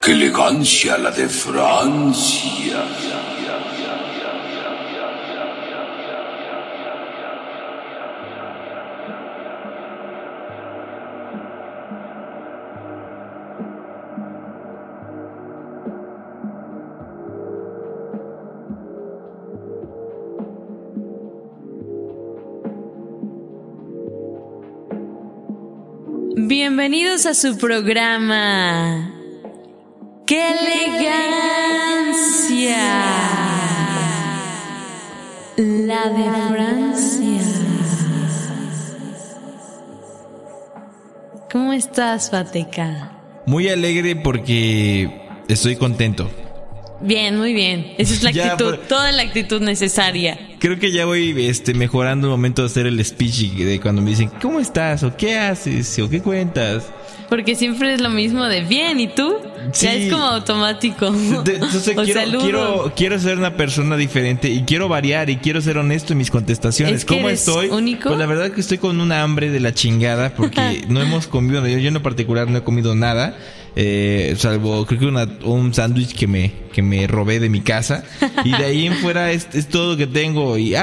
¡Qué elegancia la de Francia! Bienvenidos a su programa. ¡Qué elegancia! La de Francia. ¿Cómo estás, Fateca? Muy alegre porque estoy contento. Bien, muy bien. Esa es la actitud, toda la actitud necesaria. Creo que ya voy mejorando el momento de hacer el speech de cuando me dicen ¿cómo estás? o ¿qué haces? o ¿qué cuentas? Porque siempre es lo mismo de bien, ¿y tú? Sí. Ya es como automático. Entonces quiero ser una persona diferente y quiero variar y quiero ser honesto en mis contestaciones. ¿Es que ¿Cómo eres estoy? único? Pues la verdad que estoy con una hambre de la chingada porque no hemos comido, yo en lo particular no he comido nada. Salvo creo que un sándwich que me robé de mi casa y de ahí en fuera es todo lo que tengo y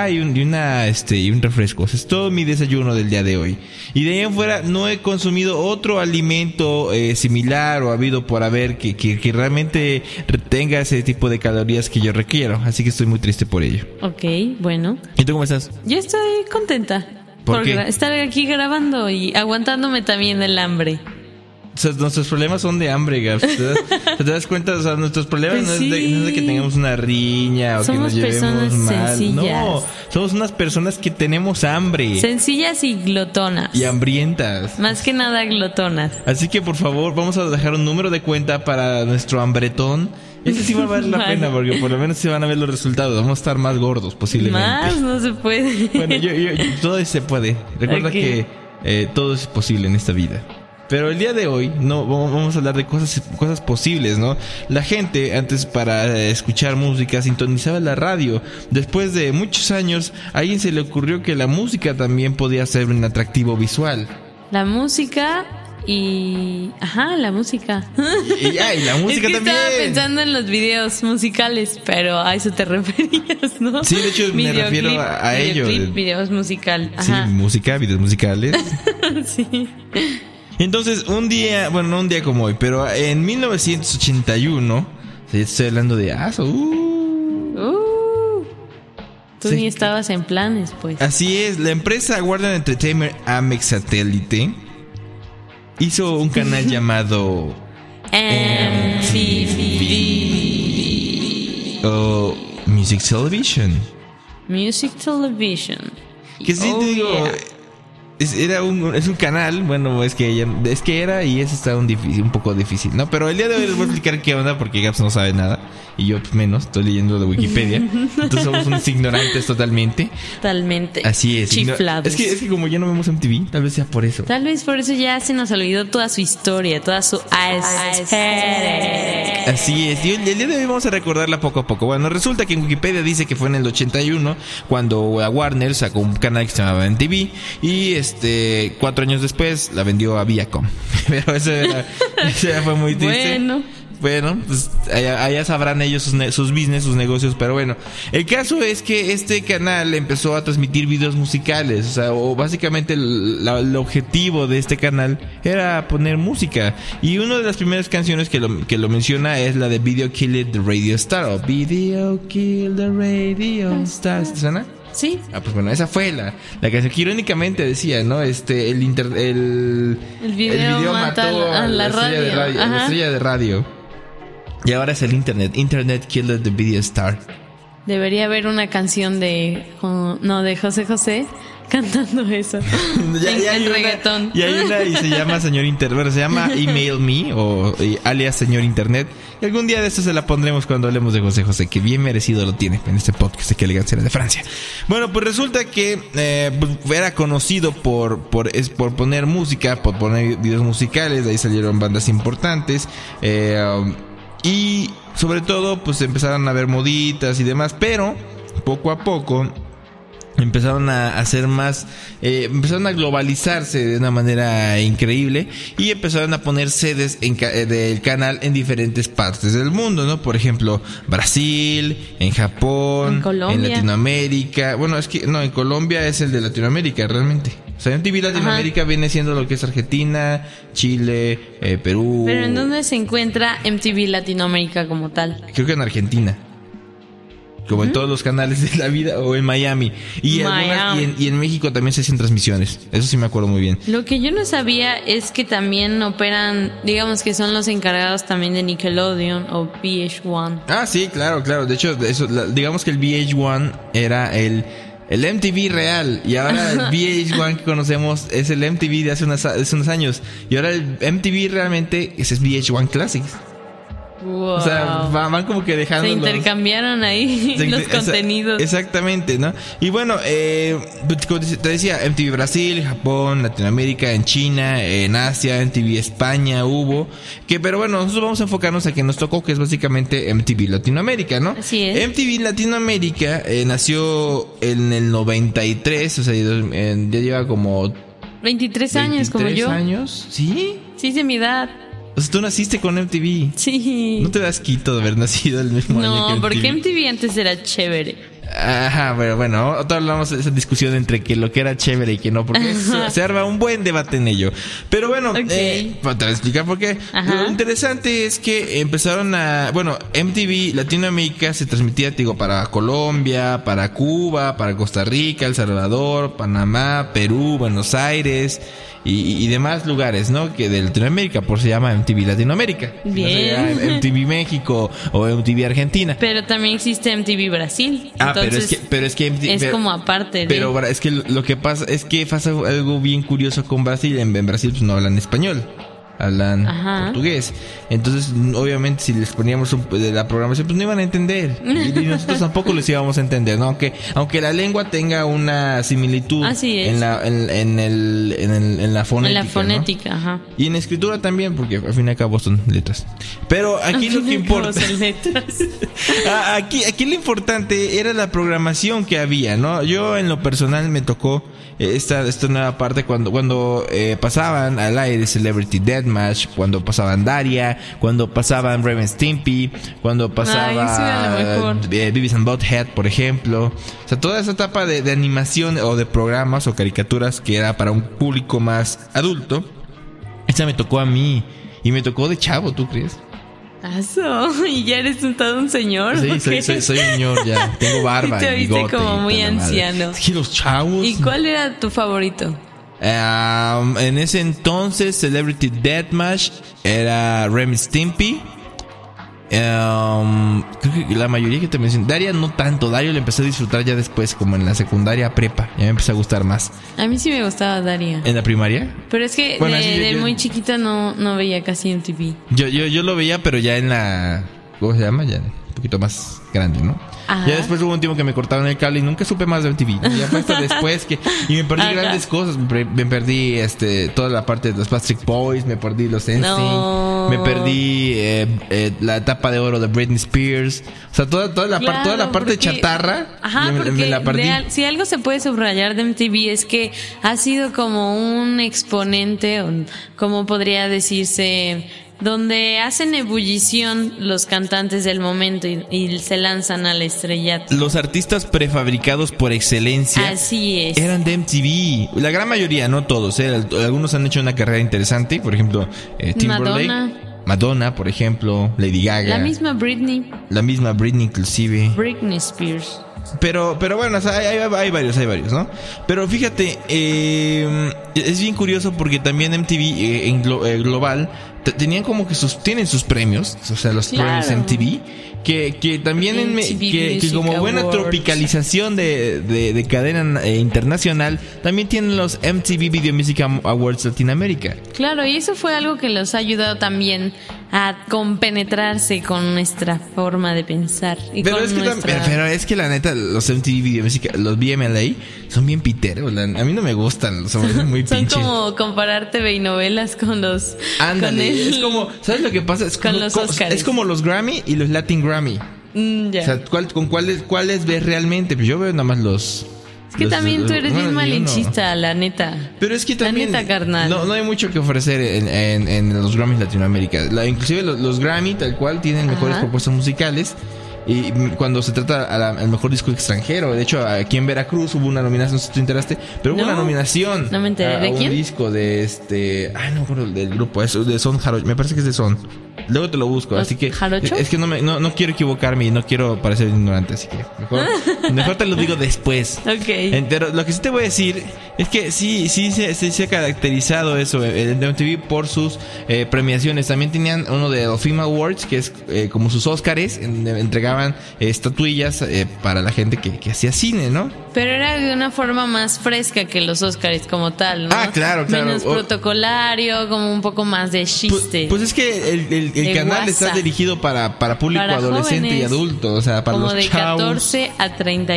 un refresco. Es todo mi desayuno del día de hoy y de ahí en fuera no he consumido otro alimento similar o habido por haber que realmente tenga ese tipo de calorías que yo requiero, así que estoy muy triste por ello. Ok, bueno. ¿Y tú cómo estás? Yo estoy contenta por estar aquí grabando y aguantándome también el hambre. O sea, nuestros problemas son de hambre, Gabs. ¿Te das cuenta? O sea, nuestros problemas pues no es de que tengamos una riña o somos que nos llevemos mal. Sencillas. No, somos unas personas que tenemos hambre. Sencillas y glotonas. Y hambrientas. Más que nada glotonas. Así que, por favor, vamos a dejar un número de cuenta para nuestro hambretón. Ese sí va a valer la pena porque por lo menos se van a ver los resultados. Vamos a estar más gordos, posiblemente. Más no se puede. Bueno, todo se puede. Recuerda que todo es posible en esta vida. Pero el día de hoy no vamos a hablar de cosas posibles, ¿no? La gente antes para escuchar música sintonizaba la radio. Después de muchos años a alguien se le ocurrió que la música también podía ser un atractivo visual. La música y... Ajá, la música. Y la música es que también. Estaba pensando en los videos musicales, pero a eso te referías, ¿no? Sí, de hecho me refiero a ello. Videos musical. Ajá. Sí, música, videos musicales. Sí. Entonces, no un día como hoy, pero en 1981, estoy hablando de Tú ni estabas en planes, pues. Así es, la empresa Warner Entertainment Amex Satellite hizo un canal llamado MTV o Music Television. Music Television. Que sí te digo... Yeah. Es un canal, bueno, es que era y eso está un poco difícil, ¿no? Pero el día de hoy les voy a explicar qué onda porque Gaps no sabe nada y yo pues, menos, estoy leyendo de Wikipedia. Entonces somos unos ignorantes totalmente. Totalmente. Así es. Chiflados. Es que como ya no vemos MTV, tal vez sea por eso. Tal vez por eso ya se nos olvidó toda su historia, toda su aesthetic. Así es. Y el día de hoy vamos a recordarla poco a poco. Bueno, resulta que en Wikipedia dice que fue en el 81 cuando Warner sacó un canal que se llamaba MTV y 4 años después la vendió a Viacom. Pero eso ya fue muy triste. Bueno, pues allá sabrán ellos sus business, sus negocios, pero bueno. El caso es que este canal empezó a transmitir videos musicales, o sea, básicamente el objetivo de este canal era poner música. Y una de las primeras canciones que lo menciona es la de Video Killed the Radio Star, o Video Killed the Radio Star. ¿Te suena? Sí. Pues bueno, esa fue la canción que irónicamente decía, ¿no? El video mató a la estrella de radio. Y ahora es el Internet Killed the Video Star. Debería haber una canción de José José cantando eso. en reggaetón. Y hay una y se llama Señor Internet. Bueno, se llama Email Me o alias Señor Internet. Y algún día de esto se la pondremos cuando hablemos de José José, que bien merecido lo tiene en este podcast de Qué elegancia era de Francia. Bueno, pues resulta que era conocido por poner música, por poner videos musicales. De ahí salieron bandas importantes. Y sobre todo pues empezaron a ver moditas y demás, pero poco a poco empezaron a hacer más, empezaron a globalizarse de una manera increíble y empezaron a poner sedes del canal en diferentes partes del mundo, ¿no? Por ejemplo, Brasil, en Japón, en Latinoamérica. Bueno, es que no, en Colombia es el de Latinoamérica realmente. O sea, MTV Latinoamérica viene siendo lo que es Argentina, Chile, Perú. ¿Pero en dónde se encuentra MTV Latinoamérica como tal? Creo que en Argentina. Como en todos los canales de la vida, o en Miami. Y en México también se hacen transmisiones. Eso sí me acuerdo muy bien. Lo que yo no sabía es que también operan, digamos que son los encargados también de Nickelodeon o VH1. Ah, sí, claro. De hecho, digamos que el VH1 era el MTV real. Y ahora el VH1 que conocemos es el MTV de hace unos años. Y ahora el MTV realmente es VH1 Classics. Wow. O sea, van como que dejando. Se intercambiaron ahí los contenidos. Exactamente, ¿no? Y bueno, como te decía, MTV Brasil, Japón, Latinoamérica, en China, en Asia, MTV España hubo. Pero bueno, nosotros vamos a enfocarnos a que nos tocó, que es básicamente MTV Latinoamérica, ¿no? Así es. MTV Latinoamérica nació en el 93, o sea, ya lleva como 23 años como yo. 23 años, ¿sí? Sí, de mi edad. O sea, tú naciste con MTV. Sí. ¿No te das quito de haber nacido el mismo año que MTV? No, porque MTV antes era chévere. Ajá, pero bueno, ahora hablamos de esa discusión entre que lo que era chévere y que no, porque se arma un buen debate en ello. Pero bueno, te voy a explicar por qué. Lo interesante es que empezaron MTV Latinoamérica se transmitía, para Colombia, para Cuba, para Costa Rica, El Salvador, Panamá, Perú, Buenos Aires y demás lugares, ¿no? Que de Latinoamérica, por se llama MTV Latinoamérica. Bien. No MTV México o MTV Argentina. Pero también existe MTV Brasil. Entonces, pero es que MTV, como aparte de... Pero es que lo que pasa es que pasa algo bien curioso con Brasil. En Brasil pues no hablan español, hablan portugués. Entonces, obviamente, si les poníamos de la programación, pues no iban a entender. Y nosotros tampoco les íbamos a entender, ¿no? Aunque la lengua tenga una similitud en la fonética. En la fonética, ¿no? Ajá. Y en escritura también, porque al fin y al cabo son letras. Pero aquí lo que importa. Son letras. Aquí lo importante era la programación que había, ¿no? Yo en lo personal me tocó esta nueva parte cuando pasaban al aire Celebrity Deathmatch, cuando pasaban Daria, cuando pasaban Ren and Stimpy, cuando pasaba Beavis and Butthead, por ejemplo. O sea, toda esa etapa de animación o de programas o caricaturas que era para un público más adulto, esa me tocó a mí. Y me tocó de chavo, ¿tú crees? ¿Aso? ¿Y ya eres todo un señor? Sí, soy un señor ya. Tengo barba. Te viste como muy anciano. Es que los chavos. ¿Y cuál era tu favorito? En ese entonces, Celebrity Deathmatch era Ren and Stimpy. Creo que la mayoría que te mencioné. Daria no tanto. Daria lo empecé a disfrutar ya después, como en la secundaria prepa. Ya me empezó a gustar más. A mí sí me gustaba Daria. ¿En la primaria? Pero es que de muy chiquita no veía casi MTV. Yo lo veía, pero ya en la... ¿Cómo se llama? Ya un poquito más grande, ¿no? Ajá. Ya después hubo un tiempo que me cortaron el cable y nunca supe más de MTV. Ya fue hasta después y me perdí grandes cosas. Me perdí toda la parte de los Backstreet Boys, me perdí los NSYNC, me perdí la etapa de oro de Britney Spears. O sea, toda la parte de chatarra. Ajá, me la perdí. Si algo se puede subrayar de MTV es que ha sido como un exponente, como podría decirse, donde hacen ebullición los cantantes del momento y se lanzan al estrellato. Los artistas prefabricados por excelencia. Así es. Eran de MTV. La gran mayoría, no todos. Algunos han hecho una carrera interesante. Por ejemplo, Timberlake. Madonna, por ejemplo. Lady Gaga. La misma Britney inclusive. Britney Spears. Pero bueno, o sea, hay varios, ¿no? Pero fíjate, es bien curioso porque también MTV en global tenían como que tienen sus premios, o sea, los premios MTV, que también que como buena Awards, tropicalización de cadena internacional, también tienen los MTV Video Music Awards Latinoamérica. Claro, y eso fue algo que los ha ayudado también a compenetrarse con nuestra forma de pensar. Pero es que la neta, los MTV Video Music, los VMLA, son bien piteros. A mí no me gustan, son muy pinches. Son como comparar TV y novelas con los... Ándale, es como, ¿sabes lo que pasa? Es como los Grammy y los Latin Grammy. Ya. O sea, ¿cuáles ves realmente? Pues yo veo nada más Es que también tú eres bien malinchista, la neta. Pero es que también la neta, carnal. No hay mucho que ofrecer en los Grammys Latinoamérica. Inclusive los Grammy tal cual tienen mejores propuestas musicales. Y cuando se trata al mejor disco extranjero. De hecho, aquí en Veracruz hubo una nominación, no sé si te enteraste, pero hubo una nominación. No me enteré. ¿De quién? Un disco de ay, no me acuerdo del grupo, es de Son Jarocho, me parece que es de Son. Luego te lo busco, así que ¿Jarocho? es que no quiero equivocarme y no quiero parecer ignorante, así que mejor te lo digo después. Ok. Pero lo que sí te voy a decir es que sí se ha caracterizado eso, el MTV, por sus premiaciones. También tenían uno de los Film Awards, que es como sus Óscares, entregaban estatuillas para la gente que hacía cine, ¿no? Pero era de una forma más fresca que los Óscares como tal, ¿no? Ah, claro. Menos protocolario, como un poco más de chiste. Pues es que el canal WhatsApp. está dirigido para público Para adolescente jóvenes, y adulto, o sea, para como los de chavos. 14 a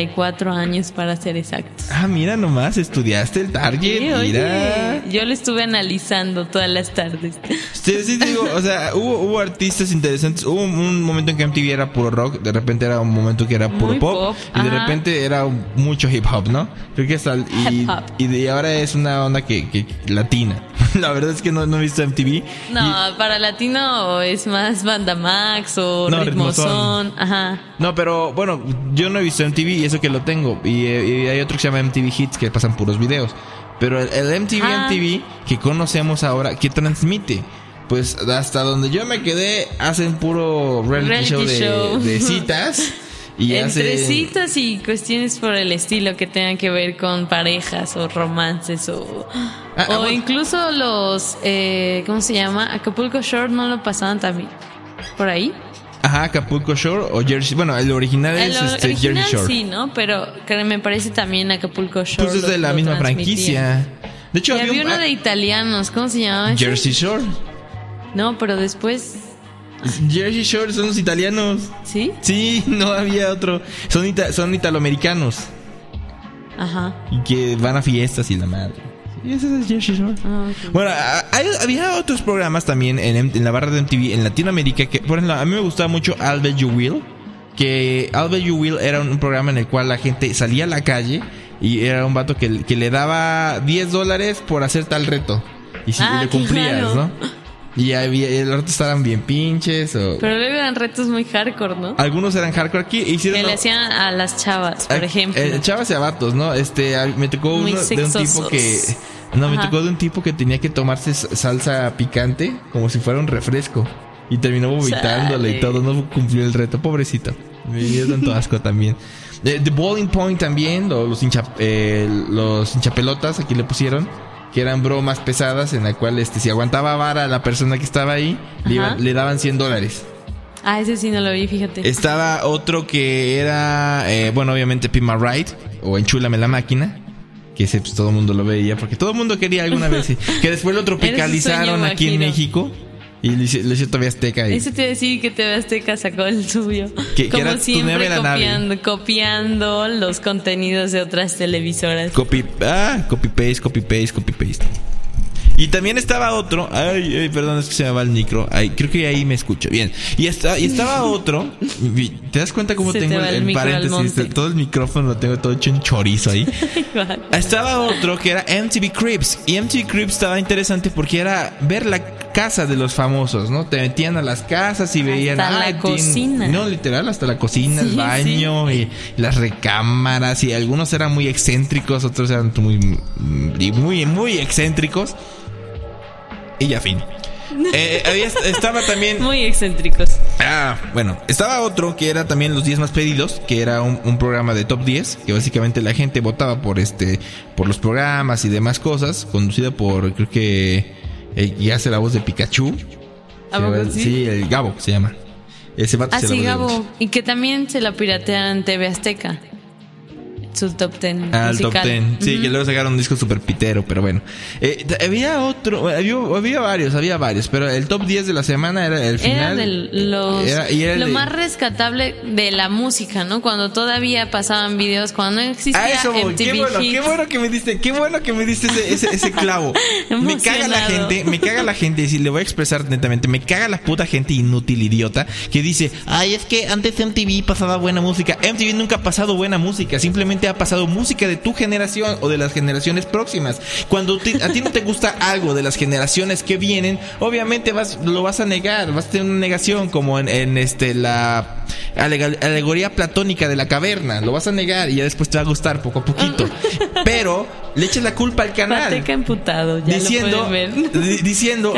34 años para ser exactos. Ah, mira nomás, estudiaste el target, Sí, mira. oye, yo lo estuve analizando todas las tardes. Sí, te digo, o sea, hubo artistas interesantes. Hubo un momento en que MTV era puro rock, de repente era un momento que era puro Muy pop, y de ajá. repente era mucho hip hop, ¿no? Creo que hasta Hip hop. y ahora es una onda que latina. La verdad es que no he visto MTV. No, para latino es más Banda Max o No, Ritmozón. Ajá. No, pero bueno, yo no he visto MTV y eso que lo tengo. Y hay otro que se llama MTV Hits, que pasan puros videos. Pero el MTV que conocemos ahora, ¿qué transmite? Pues hasta donde yo me quedé, hacen puro reality show de citas. Y Entre hacen citas y cuestiones por el estilo que tengan que ver con parejas o romances o bueno. incluso los ¿cómo se llama? Acapulco Shore no lo pasaban también por ahí. Ajá, Acapulco Shore o Jersey. Bueno, el original es original Jersey Shore. sí, ¿no? Pero que me parece también Acapulco Shore. Pues es de la lo misma transmitían. franquicia. De hecho, Y había uno de italianos, ¿cómo se llamaba? Jersey Shore. No, pero después, Jersey Shore son los italianos. ¿sí? Sí, no había otro. Son italoamericanos. Ajá. Y que van a fiestas y la madre. Sí, ese es Jersey Shore. Ah, ok. Bueno, había otros programas también en la barra de MTV en Latinoamérica que, por ejemplo, a mí me gustaba mucho I'll Bet You Will. Que I'll Bet You Will era un programa en el cual la gente salía a la calle y era un vato que le daba $10 por hacer tal reto. Y si le cumplías, claro. ¿no? Y los retos estaban bien pinches. Pero luego eran retos muy hardcore, ¿no? Algunos eran hardcore aquí. Hicieron Que le hacían a las chavas, por ejemplo. Chavas y a vatos, ¿no? Me tocó Muy uno de un tipo sexosos. que... No, me Ajá. tocó de un tipo que tenía que tomarse salsa picante como si fuera un refresco. Y terminó vomitándole Chale. y todo. No cumplió el reto. Pobrecito. Me dio tanto asco también. The Bowling Point también. Los hinchapelotas aquí le pusieron. Que eran bromas pesadas en la cual si aguantaba vara a la persona que estaba ahí, le daban $100. Ah, ese sí no lo vi, fíjate. Estaba otro que era, bueno, obviamente Pimp My Ride o Enchúlame la Máquina. Que ese pues todo el mundo lo veía porque todo el mundo quería alguna vez. Que después lo tropicalizaron Eres un aquí en sueño México. Y lo hizo TV Azteca. Y Eso te iba a decir que TV Azteca sacó el suyo. Que Como era Tu siempre, Nave la Nave. copiando los contenidos de otras televisoras. Copy-paste. Y también estaba otro. Ay, perdón, es que se me va el micro. Ay, creo que ahí me escucho. Bien. Y estaba otro. ¿Te das cuenta cómo Se tengo te va el el micro al paréntesis? monte. Todo el micrófono lo tengo todo hecho un chorizo ahí. Estaba otro que era MTV Cribs. Y MTV Cribs estaba interesante porque era ver la casa de los famosos, ¿no? Te metían a las casas y veían... Hasta la cocina. No, literal, hasta la cocina, el Sí, baño y las recámaras. Y algunos eran muy excéntricos, otros eran muy excéntricos. Y ya fin. Estaba también... Muy excéntricos. Bueno, estaba otro que era también los 10 más pedidos, que era un programa de top 10, que básicamente la gente votaba por los programas y demás cosas, conducido por, creo que y hace la voz de Pikachu. ¿A poco sí? Sí, el Gabo se llama. Ese vato se la Sí, voz de- Gabo. Y que también se la piratean en TV Azteca. Su top 10 el top musical. 10. Sí, que luego sacaron un disco super pitero, pero bueno. Había otro, había varios, pero el top 10 de la semana era el final. Era lo más rescatable de la música, ¿no? Cuando todavía pasaban videos, cuando no existía eso voy. MTV Qué bueno que me diste ese clavo. Me caga la gente, y si le voy a expresar netamente, me caga la puta gente inútil, idiota, que dice, ay, es que antes MTV pasaba buena música. MTV nunca ha pasado buena música, simplemente solamente ha pasado música de tu generación o de las generaciones próximas. Cuando a ti no te gusta algo de las generaciones que vienen, obviamente lo vas a negar, vas a tener una negación, como en la alegoría platónica de la caverna. Lo vas a negar y ya después te va a gustar poco a poquito. Pero le echas la culpa al canal. Pateca emputado, ya diciendo, lo pueden ver. Diciendo,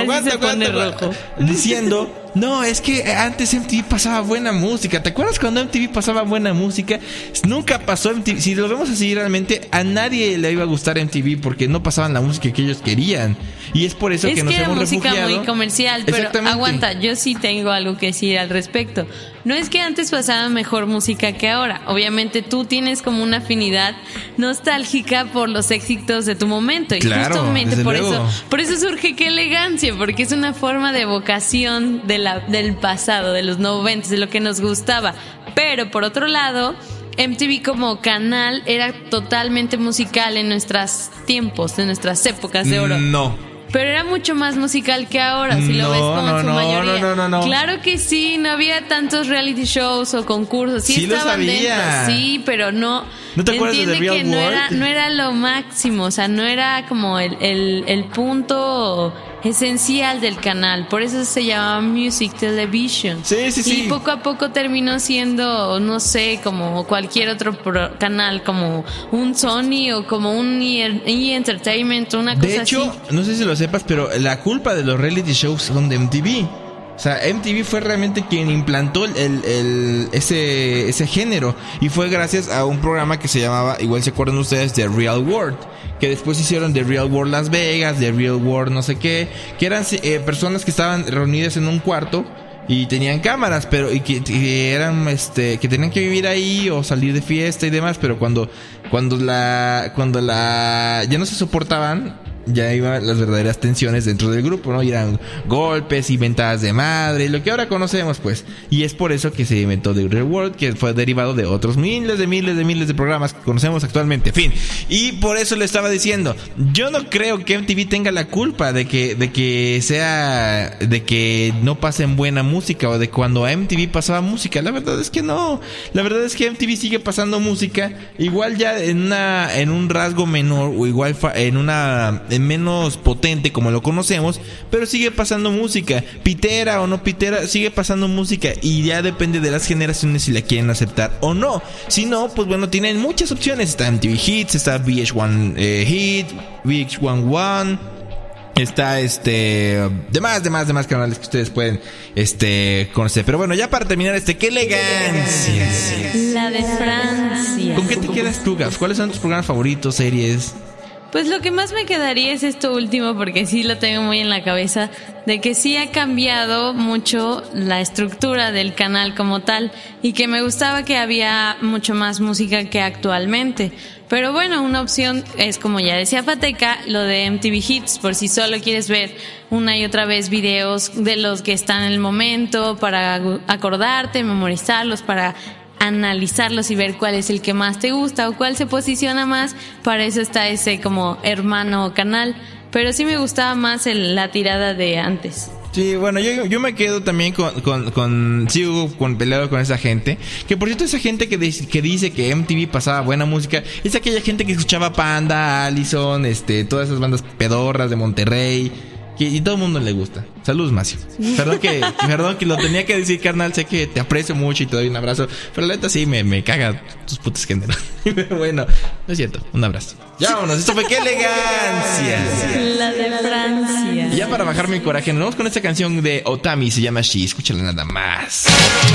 diciendo, no, es que antes MTV pasaba buena música. ¿Te acuerdas cuando MTV pasaba buena música? Nunca pasó MTV. Si lo vemos así, realmente a nadie le iba a gustar MTV porque no pasaban la música que ellos querían. Y es por eso que nos hemos refugiado. Es que era música muy comercial, pero aguanta, yo sí tengo algo que decir al respecto. No es que antes pasaba mejor música que ahora. Obviamente tú tienes como una afinidad nostálgica por los éxitos de tu momento. Y claro, justamente por eso surge Qué Elegancia, porque es una forma de evocación del pasado, de los 90, de lo que nos gustaba. Pero por otro lado, MTV como canal era totalmente musical en nuestros tiempos, en nuestras épocas de oro. No. Pero era mucho más musical que ahora, si lo ves como en su mayoría. No. Claro que sí, no había tantos reality shows o concursos. Sí estaban dentro, sí, pero no. ¿No te acuerdas de The Real World? No era lo máximo, o sea, no era como el punto esencial del canal. Por eso se llamaba Music Television. Sí. Y poco a poco terminó siendo, no sé, como cualquier otro canal, como un Sony o como un E! Entertainment, una cosa así. De hecho, no sé si lo sepas, pero la culpa de los reality shows son de MTV. O sea, MTV fue realmente quien implantó ese género. Y fue gracias a un programa que se llamaba, igual se acuerdan ustedes, The Real World. Que después hicieron The Real World Las Vegas, The Real World no sé qué. Que eran personas que estaban reunidas en un cuarto y tenían cámaras, pero que eran que tenían que vivir ahí o salir de fiesta y demás. Pero cuando ya no se soportaban, ya iban las verdaderas tensiones dentro del grupo, ¿no? Y eran golpes y mentadas de madre, lo que ahora conocemos, pues. Y es por eso que se inventó The Real World, que fue derivado de otros miles de programas que conocemos actualmente. Fin. Y por eso le estaba diciendo, yo no creo que MTV tenga la culpa de que no pasen buena música o de cuando a MTV pasaba música. La verdad es que no. La verdad es que MTV sigue pasando música, igual ya en un rasgo menor o igual en menos potente como lo conocemos, pero sigue pasando música, pitera o no pitera, sigue pasando música y ya depende de las generaciones si la quieren aceptar o no. Si no, pues bueno, tienen muchas opciones. Está MTV Hits, está VH1 Hit, VH1 One, está demás canales que ustedes pueden conocer. Pero bueno, ya para terminar ¡qué elegancia! La de Francia. ¿Con qué te quedas tú, Gabs? ¿Cuáles son tus programas favoritos, series? Pues lo que más me quedaría es esto último, porque sí lo tengo muy en la cabeza, de que sí ha cambiado mucho la estructura del canal como tal, y que me gustaba que había mucho más música que actualmente. Pero bueno, una opción es, como ya decía Pateca, lo de MTV Hits, por si solo quieres ver una y otra vez videos de los que están en el momento, para acordarte, memorizarlos, para analizarlos y ver cuál es el que más te gusta o cuál se posiciona más. Para eso está ese como hermano canal, pero sí me gustaba más la tirada de antes. Sí, bueno, yo me quedo también sigo peleado con esa gente, que por cierto esa gente que dice que MTV pasaba buena música, es aquella gente que escuchaba Panda, Allison, todas esas bandas pedorras de Monterrey, y todo el mundo le gusta. Saludos, Macio. Perdón que lo tenía que decir, carnal. Sé que te aprecio mucho y te doy un abrazo, pero la neta sí me caga tus putas géneros. Bueno, no es cierto. Un abrazo. Ya vámonos. Esto fue ¡Qué elegancia! La de Francia. Y ya para bajar mi coraje, nos vamos con esta canción de Otami. Se llama She. Escúchala nada más.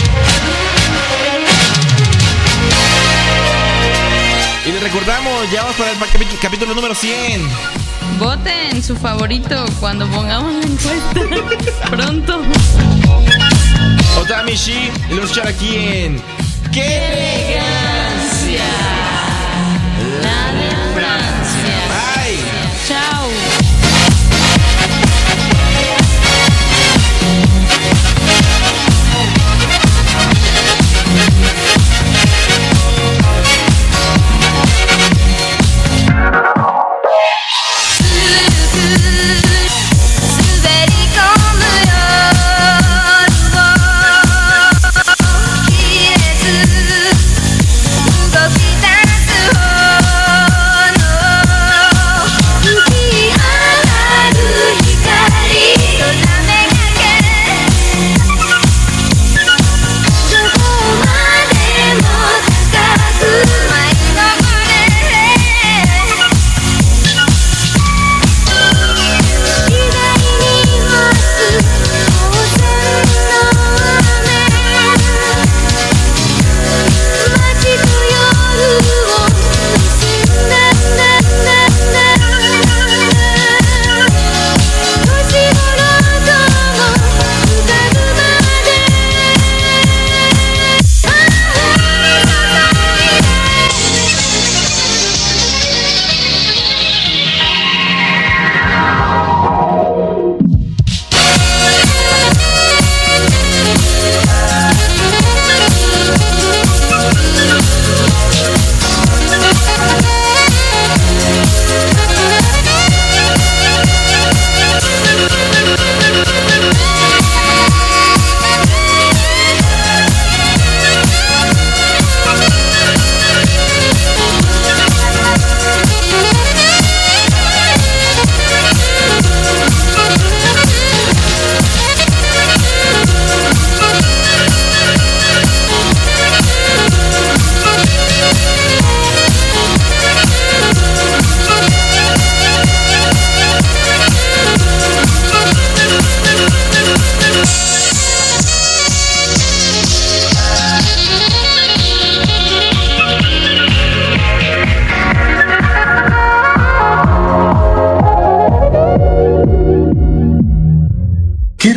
Y les recordamos, ya vamos para el capítulo número 100. Voten su favorito cuando pongamos la encuesta. Pronto. Otami She, y lo vamos a escuchar aquí en ¡Qué elegancia! La de Francia. Bye. Chao.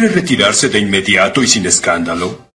¿Quiere retirarse de inmediato y sin escándalo?